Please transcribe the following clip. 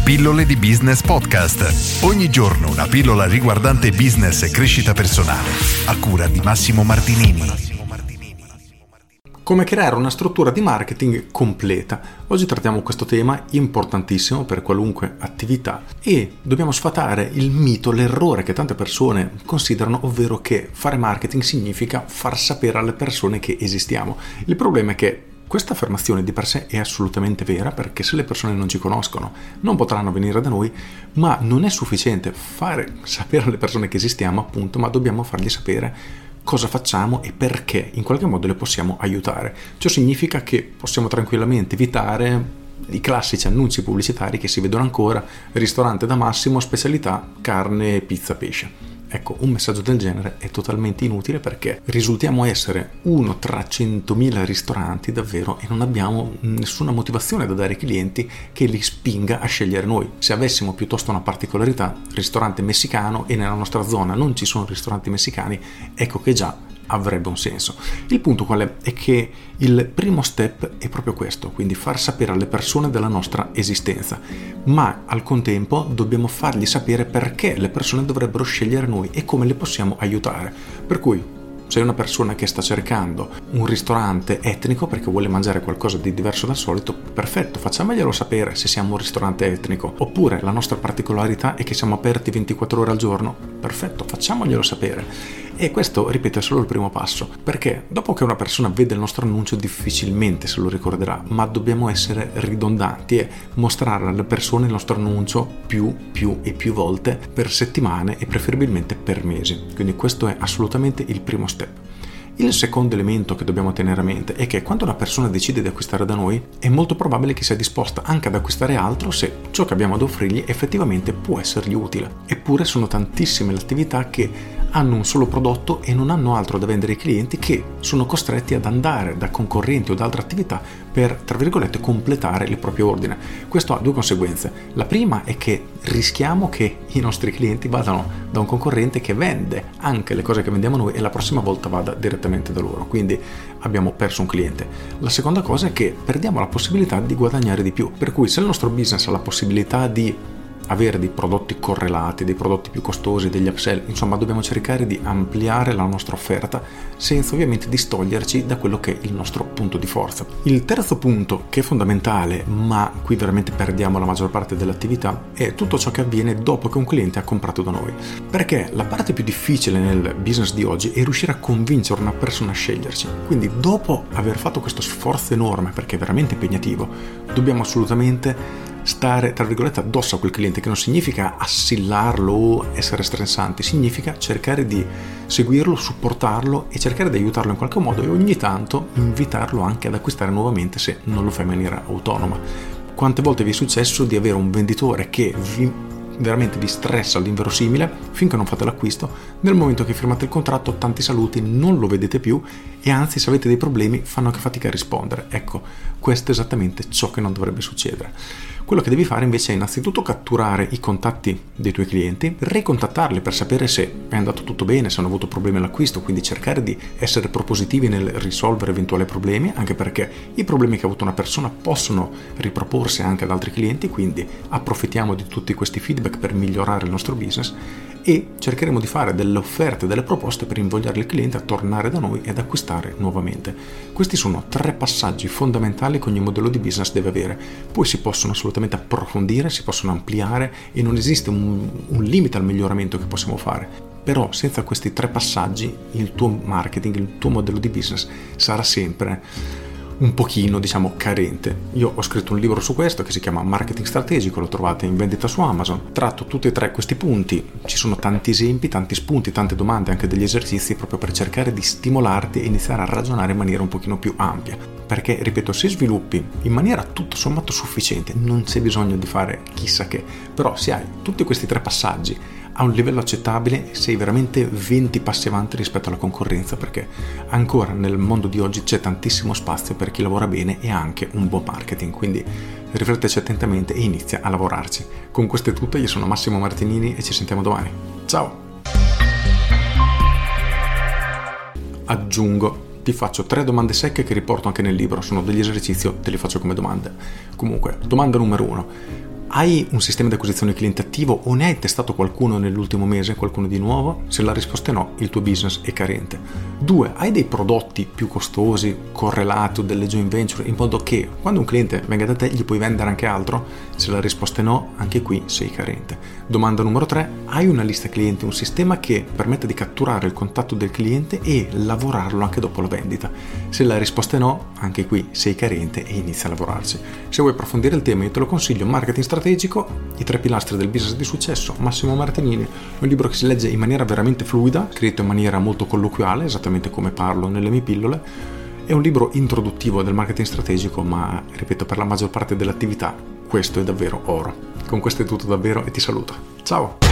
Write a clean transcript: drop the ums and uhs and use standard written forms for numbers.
Pillole di Business Podcast. Ogni giorno una pillola riguardante business e crescita personale. A cura di Massimo Martinini. Come creare una struttura di marketing completa. Oggi trattiamo questo tema importantissimo per qualunque attività e dobbiamo sfatare il mito, l'errore che tante persone considerano, ovvero che fare marketing significa far sapere alle persone che esistiamo. Il problema è che questa affermazione di per sé è assolutamente vera, perché se le persone non ci conoscono non potranno venire da noi, ma non è sufficiente fare sapere alle persone che esistiamo, appunto, ma dobbiamo fargli sapere cosa facciamo e perché in qualche modo le possiamo aiutare. Ciò significa che possiamo tranquillamente evitare i classici annunci pubblicitari che si vedono ancora: ristorante da Massimo, specialità carne, pizza, pesce. Ecco, un messaggio del genere è totalmente inutile, perché risultiamo essere uno tra 100.000 ristoranti davvero e non abbiamo nessuna motivazione da dare ai clienti che li spinga a scegliere noi. Se avessimo piuttosto una particolarità, ristorante messicano, e nella nostra zona non ci sono ristoranti messicani, ecco che già avrebbe un senso. Il punto qual è? È che il primo step è proprio questo, quindi far sapere alle persone della nostra esistenza, ma al contempo dobbiamo fargli sapere perché le persone dovrebbero scegliere noi e come le possiamo aiutare. Per cui sei una persona che sta cercando un ristorante etnico perché vuole mangiare qualcosa di diverso dal solito, perfetto, facciamoglielo sapere se siamo un ristorante etnico. Oppure la nostra particolarità è che siamo aperti 24 ore al giorno, perfetto, facciamoglielo sapere. E questo, ripeto, è solo il primo passo, perché dopo che una persona vede il nostro annuncio difficilmente se lo ricorderà, ma dobbiamo essere ridondanti e mostrare alle persone il nostro annuncio più e più volte per settimane e preferibilmente per mesi. Quindi questo è assolutamente il primo step. Il secondo elemento che dobbiamo tenere a mente è che quando una persona decide di acquistare da noi è molto probabile che sia disposta anche ad acquistare altro se ciò che abbiamo ad offrirgli effettivamente può essergli utile. Eppure sono tantissime le attività che hanno un solo prodotto e non hanno altro da vendere ai clienti, che sono costretti ad andare da concorrenti o da altre attività per, tra virgolette, completare il proprio ordine. Questo ha due conseguenze. La prima è che rischiamo che i nostri clienti vadano da un concorrente che vende anche le cose che vendiamo noi e la prossima volta vada direttamente da loro, quindi abbiamo perso un cliente. La seconda cosa è che perdiamo la possibilità di guadagnare di più, per cui se il nostro business ha la possibilità di avere dei prodotti correlati, dei prodotti più costosi, degli upsell, insomma dobbiamo cercare di ampliare la nostra offerta senza ovviamente distoglierci da quello che è il nostro punto di forza. Il terzo punto, che è fondamentale, ma qui veramente perdiamo la maggior parte dell'attività, è tutto ciò che avviene dopo che un cliente ha comprato da noi, perché la parte più difficile nel business di oggi è riuscire a convincere una persona a sceglierci. Quindi dopo aver fatto questo sforzo enorme, perché è veramente impegnativo, dobbiamo assolutamente stare, tra virgolette, addosso a quel cliente, che non significa assillarlo o essere stressanti, significa cercare di seguirlo, supportarlo e cercare di aiutarlo in qualche modo, e ogni tanto invitarlo anche ad acquistare nuovamente se non lo fa in maniera autonoma. Quante volte vi è successo di avere un venditore che veramente vi stressa all'inverosimile finché non fate l'acquisto? Nel momento che firmate il contratto, tanti saluti, non lo vedete più e anzi, se avete dei problemi, fanno anche fatica a rispondere. Ecco, questo è esattamente ciò che non dovrebbe succedere. Quello che devi fare invece è innanzitutto catturare i contatti dei tuoi clienti, ricontattarli per sapere se è andato tutto bene, se hanno avuto problemi all'acquisto, quindi cercare di essere propositivi nel risolvere eventuali problemi, anche perché i problemi che ha avuto una persona possono riproporsi anche ad altri clienti, quindi approfittiamo di tutti questi feedback per migliorare il nostro business e cercheremo di fare delle offerte, delle proposte per invogliare il cliente a tornare da noi ed acquistare nuovamente. Questi sono 3 passaggi fondamentali che ogni modello di business deve avere. Poi si possono assolutamente approfondire, si possono ampliare e non esiste un limite al miglioramento che possiamo fare. Però senza questi 3 passaggi il tuo marketing, il tuo modello di business sarà sempre un pochino, carente. Io ho scritto un libro su questo che si chiama Marketing Strategico, lo trovate in vendita su Amazon. Tratto tutti e 3 questi punti, ci sono tanti esempi, tanti spunti, tante domande, anche degli esercizi, proprio per cercare di stimolarti e iniziare a ragionare in maniera un pochino più ampia. Perché, ripeto, se sviluppi in maniera tutto sommato sufficiente, non c'è bisogno di fare chissà che, però se hai tutti questi 3 passaggi a un livello accettabile, sei veramente 20 passi avanti rispetto alla concorrenza, perché ancora nel mondo di oggi c'è tantissimo spazio per chi lavora bene e anche un buon marketing, quindi rifletteci attentamente e inizia a lavorarci. Con questo è tutto, io sono Massimo Martinini e ci sentiamo domani. Ciao! Aggiungo, ti faccio 3 domande secche che riporto anche nel libro, sono degli esercizi, te li faccio come domande. Comunque, domanda numero 1. Hai un sistema di acquisizione cliente attivo o ne hai testato qualcuno nell'ultimo mese, qualcuno di nuovo? Se la risposta è no, il tuo business è carente. 2. Hai dei prodotti più costosi, correlati o delle joint venture, in modo che quando un cliente venga da te gli puoi vendere anche altro? Se la risposta è no, anche qui sei carente. Domanda numero 3. Hai una lista clienti, un sistema che permette di catturare il contatto del cliente e lavorarlo anche dopo la vendita? Se la risposta è no, anche qui sei carente e inizia a lavorarci. Se vuoi approfondire il tema io te lo consiglio: Marketing strategico, i 3 pilastri del business di successo, Massimo Martinini. È un libro che si legge in maniera veramente fluida, scritto in maniera molto colloquiale, esattamente come parlo nelle mie pillole. È un libro introduttivo del marketing strategico, ma ripeto, per la maggior parte dell'attività questo è davvero oro. Con questo è tutto davvero e ti saluto. Ciao!